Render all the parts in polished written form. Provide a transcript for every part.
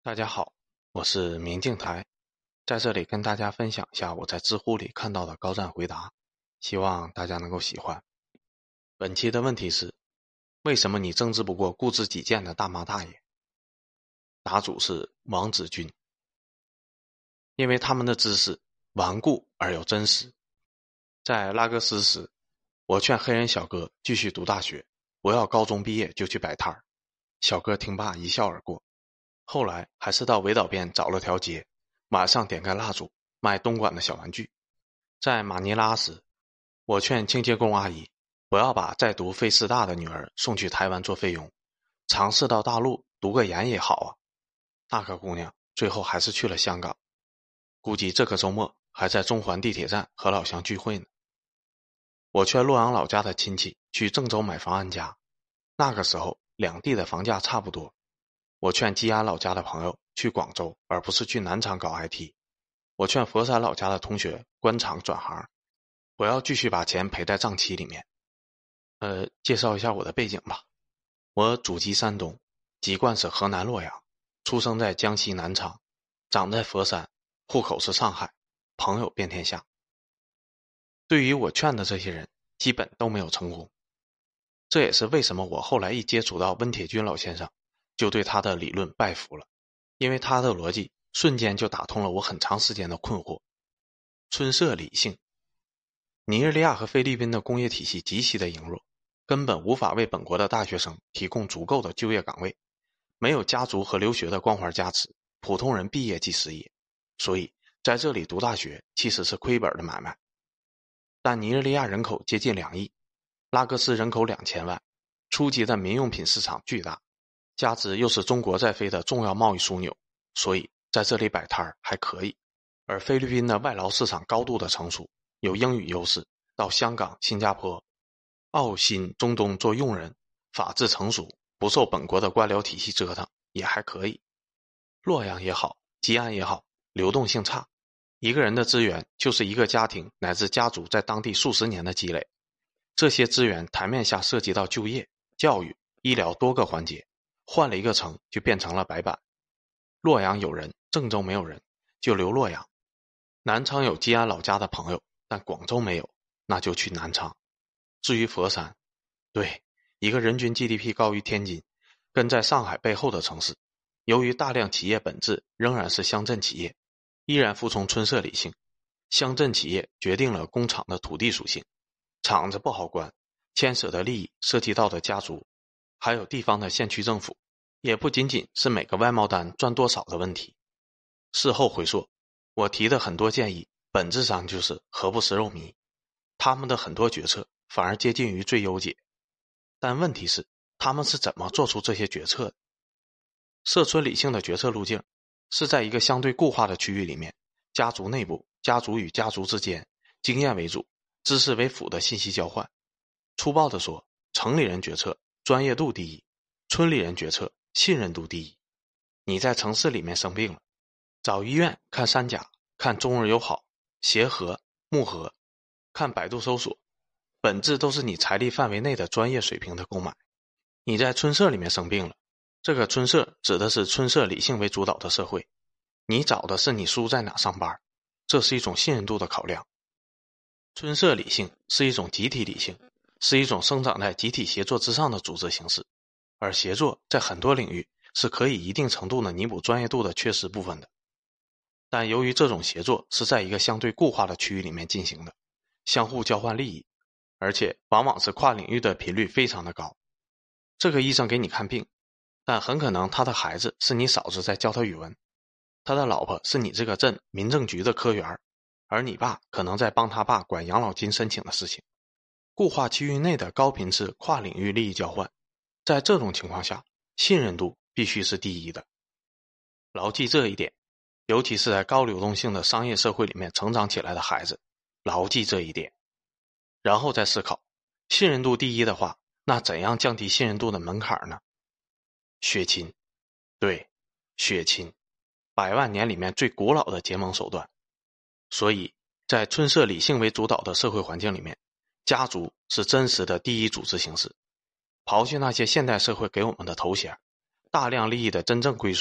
大家好，我是明镜台，在这里跟大家分享一下我在知乎里看到的高赞回答，希望大家能够喜欢。本期的问题是：为什么你争执不过固执己见的大妈大爷？答主是王子君。因为他们的知识顽固而又真实。在拉各斯时，我劝黑人小哥继续读大学，不要高中毕业就去摆摊儿。小哥听罢一笑而过。后来还是到维岛边找了条街，晚上点开蜡烛卖东莞的小玩具。在马尼拉时，我劝清洁工阿姨不要把在读非师大的女儿送去台湾做菲佣，尝试到大陆读个研也好啊。那个姑娘最后还是去了香港，估计这个周末还在中环地铁站和老乡聚会呢。我劝洛阳老家的亲戚去郑州买房安家，那个时候两地的房价差不多。我劝吉安老家的朋友去广州，而不是去南昌搞 IT。我劝佛山老家的同学关厂转行，不要继续把钱赔在账期里面。介绍一下我的背景吧。我祖籍山东，籍贯是河南洛阳，出生在江西南昌，长在佛山，户口是上海，朋友遍天下。对于我劝的这些人，基本都没有成功。这也是为什么我后来一接触到温铁军老先生，就对他的理论拜服了，因为他的逻辑瞬间就打通了我很长时间的困惑。春社理性。尼日利亚和菲律宾的工业体系极其的羸弱，根本无法为本国的大学生提供足够的就业岗位，没有家族和留学的光环加持，普通人毕业即失业，所以在这里读大学其实是亏本的买卖。但尼日利亚人口接近2亿，拉各斯人口2000万，初级的民用品市场巨大，加之又是中国在非的重要贸易枢纽，所以在这里摆摊儿还可以。而菲律宾的外劳市场高度的成熟，有英语优势，到香港、新加坡、澳新、中东做佣人，法治成熟，不受本国的官僚体系折腾，也还可以。洛阳也好，吉安也好，流动性差，一个人的资源就是一个家庭乃至家族在当地数十年的积累，这些资源台面下涉及到就业、教育、医疗多个环节，换了一个城就变成了白板。洛阳有人，郑州没有人，就留洛阳。南昌有吉安老家的朋友，但广州没有，那就去南昌。至于佛山，对，一个人均 GDP 高于天津，跟在上海背后的城市，由于大量企业本质仍然是乡镇企业，依然服从春社理性，乡镇企业决定了工厂的土地属性，厂子不好关，牵扯的利益涉及到的家族，还有地方的县区政府，也不仅仅是每个外贸单赚多少的问题。事后回溯，我提的很多建议本质上就是何不食肉糜，他们的很多决策反而接近于最优解。但问题是，他们是怎么做出这些决策的？社村理性的决策路径是在一个相对固化的区域里面，家族内部、家族与家族之间，经验为主，知识为辅的信息交换。粗暴地说，城里人决策专业度第一，村里人决策信任度第一。你在城市里面生病了，找医院看三甲，看中日友好、协和、木和，看百度搜索，本质都是你财力范围内的专业水平的购买。你在村社里面生病了，这个村社指的是村社理性为主导的社会，你找的是你叔在哪上班，这是一种信任度的考量。村社理性是一种集体理性，是一种生长在集体协作之上的组织形式，而协作在很多领域是可以一定程度的弥补专业度的缺失部分的。但由于这种协作是在一个相对固化的区域里面进行的，相互交换利益，而且往往是跨领域的频率非常的高。这个医生给你看病，但很可能他的孩子是你嫂子在教他语文，他的老婆是你这个镇民政局的科员，而你爸可能在帮他爸管养老金申请的事情。固化区域内的高频次跨领域利益交换，在这种情况下，信任度必须是第一的。牢记这一点，尤其是在高流动性的商业社会里面成长起来的孩子，牢记这一点。然后再思考，信任度第一的话，那怎样降低信任度的门槛呢？血亲。对，血亲，100万年里面最古老的结盟手段。所以在村社理性为主导的社会环境里面，家族是真实的第一组织形式。刨去那些现代社会给我们的头衔，大量利益的真正归属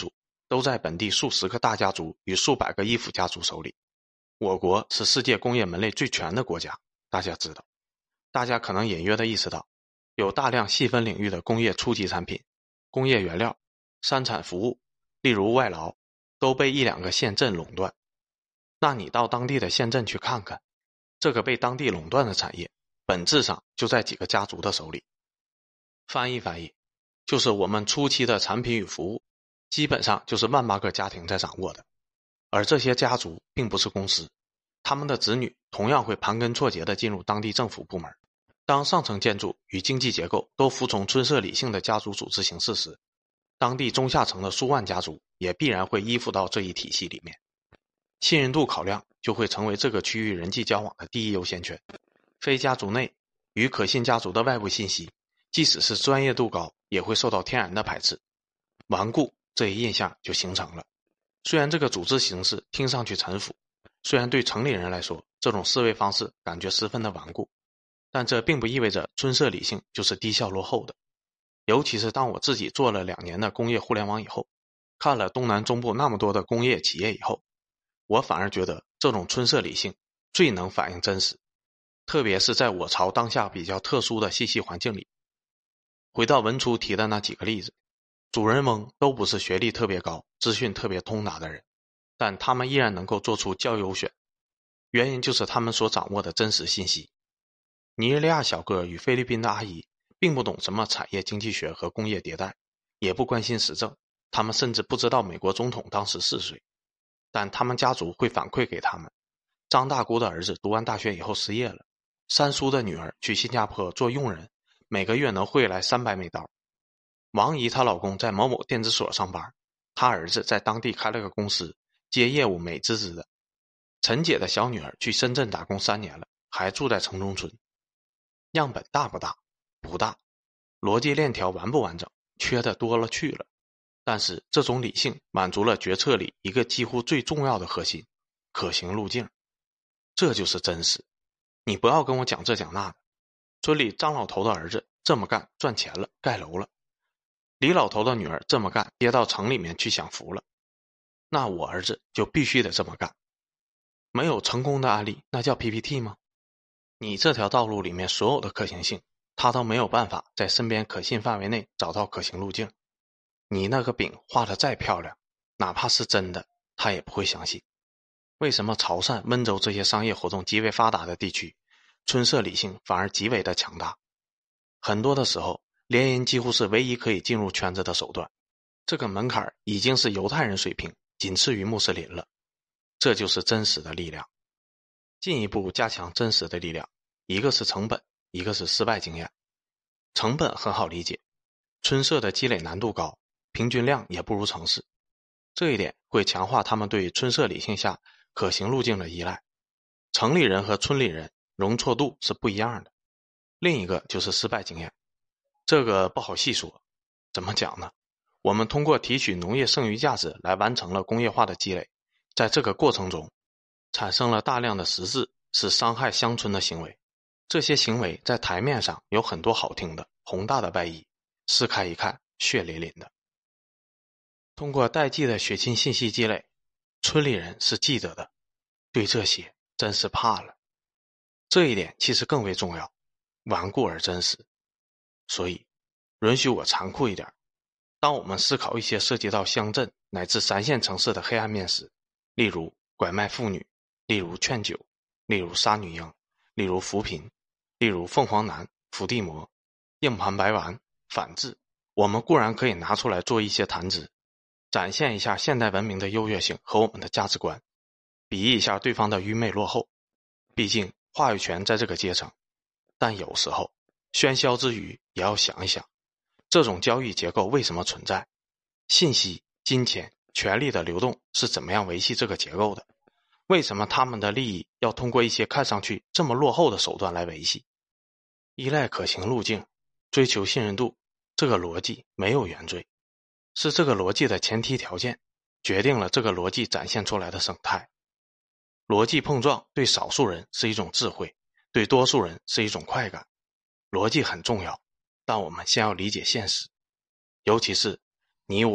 都在本地数十个大家族与数百个衣服家族手里。我国是世界工业门类最全的国家，大家知道。大家可能隐约地意识到，有大量细分领域的工业初级产品、工业原料、生产服务，例如外劳，都被一两个县镇垄断。那你到当地的县镇去看看，这个被当地垄断的产业，本质上就在几个家族的手里。翻译，就是我们初期的产品与服务，基本上就是万把个家庭在掌握的。而这些家族并不是公司，他们的子女同样会盘根错节地进入当地政府部门。当上层建筑与经济结构都服从村社理性的家族组织形式时，当地中下层的数万家族也必然会依附到这一体系里面。信任度考量就会成为这个区域人际交往的第一优先权。非家族内与可信家族的外部信息，即使是专业度高，也会受到天然的排斥。顽固这一印象就形成了。虽然这个组织形式听上去陈腐，虽然对城里人来说这种思维方式感觉十分的顽固，但这并不意味着村社理性就是低效落后的。尤其是当我自己做了2年的工业互联网以后，看了东南中部那么多的工业企业以后，我反而觉得这种村社理性最能反映真实，特别是在我朝当下比较特殊的信息环境里。回到文初提的那几个例子，主人翁都不是学历特别高、资讯特别通达的人，但他们依然能够做出较优选，原因就是他们所掌握的真实信息。尼日利亚小哥与菲律宾的阿姨并不懂什么产业经济学和工业迭代，也不关心时政，他们甚至不知道美国总统当时是谁，但他们家族会反馈给他们，张大姑的儿子读完大学以后失业了，三叔的女儿去新加坡做佣人，每个月能汇来300美刀。王姨她老公在某某电子所上班，她儿子在当地开了个公司，接业务美滋滋的。陈姐的小女儿去深圳打工3年了，还住在城中村。样本大不大？不大。逻辑链条完不完整？缺的多了去了。但是这种理性满足了决策里一个几乎最重要的核心，可行路径。这就是真实。你不要跟我讲这讲那的。村里张老头的儿子这么干赚钱了，盖楼了。李老头的女儿这么干，跌到城里面去享福了，那我儿子就必须得这么干。没有成功的案例，那叫 PPT 吗？你这条道路里面所有的可行性，他都没有办法在身边可信范围内找到可行路径。你那个饼画得再漂亮，哪怕是真的，他也不会相信。为什么潮汕、温州这些商业活动极为发达的地区，村社理性反而极为的强大？很多的时候，联姻几乎是唯一可以进入圈子的手段，这个门槛已经是犹太人水平，仅次于穆斯林了。这就是真实的力量。进一步加强真实的力量，一个是成本，一个是失败经验。成本很好理解，村社的积累难度高，平均量也不如城市，这一点会强化他们对村社理性下可行路径的依赖。城里人和村里人容错度是不一样的。另一个就是失败经验，这个不好细说。怎么讲呢？我们通过提取农业剩余价值来完成了工业化的积累，在这个过程中产生了大量的实质是伤害乡村的行为。这些行为在台面上有很多好听的宏大的外衣，撕开一看血淋淋的。通过代际的血亲信息积累，村里人是记得的，对这些真是怕了。这一点其实更为重要，顽固而真实。所以允许我残酷一点，当我们思考一些涉及到乡镇乃至3线城市的黑暗面时，例如拐卖妇女，例如劝酒，例如杀女婴，例如扶贫，例如凤凰男、伏地魔、硬盘白丸、反制，我们固然可以拿出来做一些谈资，展现一下现代文明的优越性和我们的价值观，比喻一下对方的愚昧落后。毕竟话语权在这个阶层，但有时候喧嚣之余也要想一想，这种交易结构为什么存在？信息、金钱、权力的流动是怎么样维系这个结构的？为什么他们的利益要通过一些看上去这么落后的手段来维系？依赖可行路径，追求信任度，这个逻辑没有原罪，是这个逻辑的前提条件决定了这个逻辑展现出来的生态。逻辑碰撞对少数人是一种智慧，对多数人是一种快感。逻辑很重要，但我们先要理解现实，尤其是你我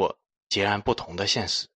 截然不同的现实。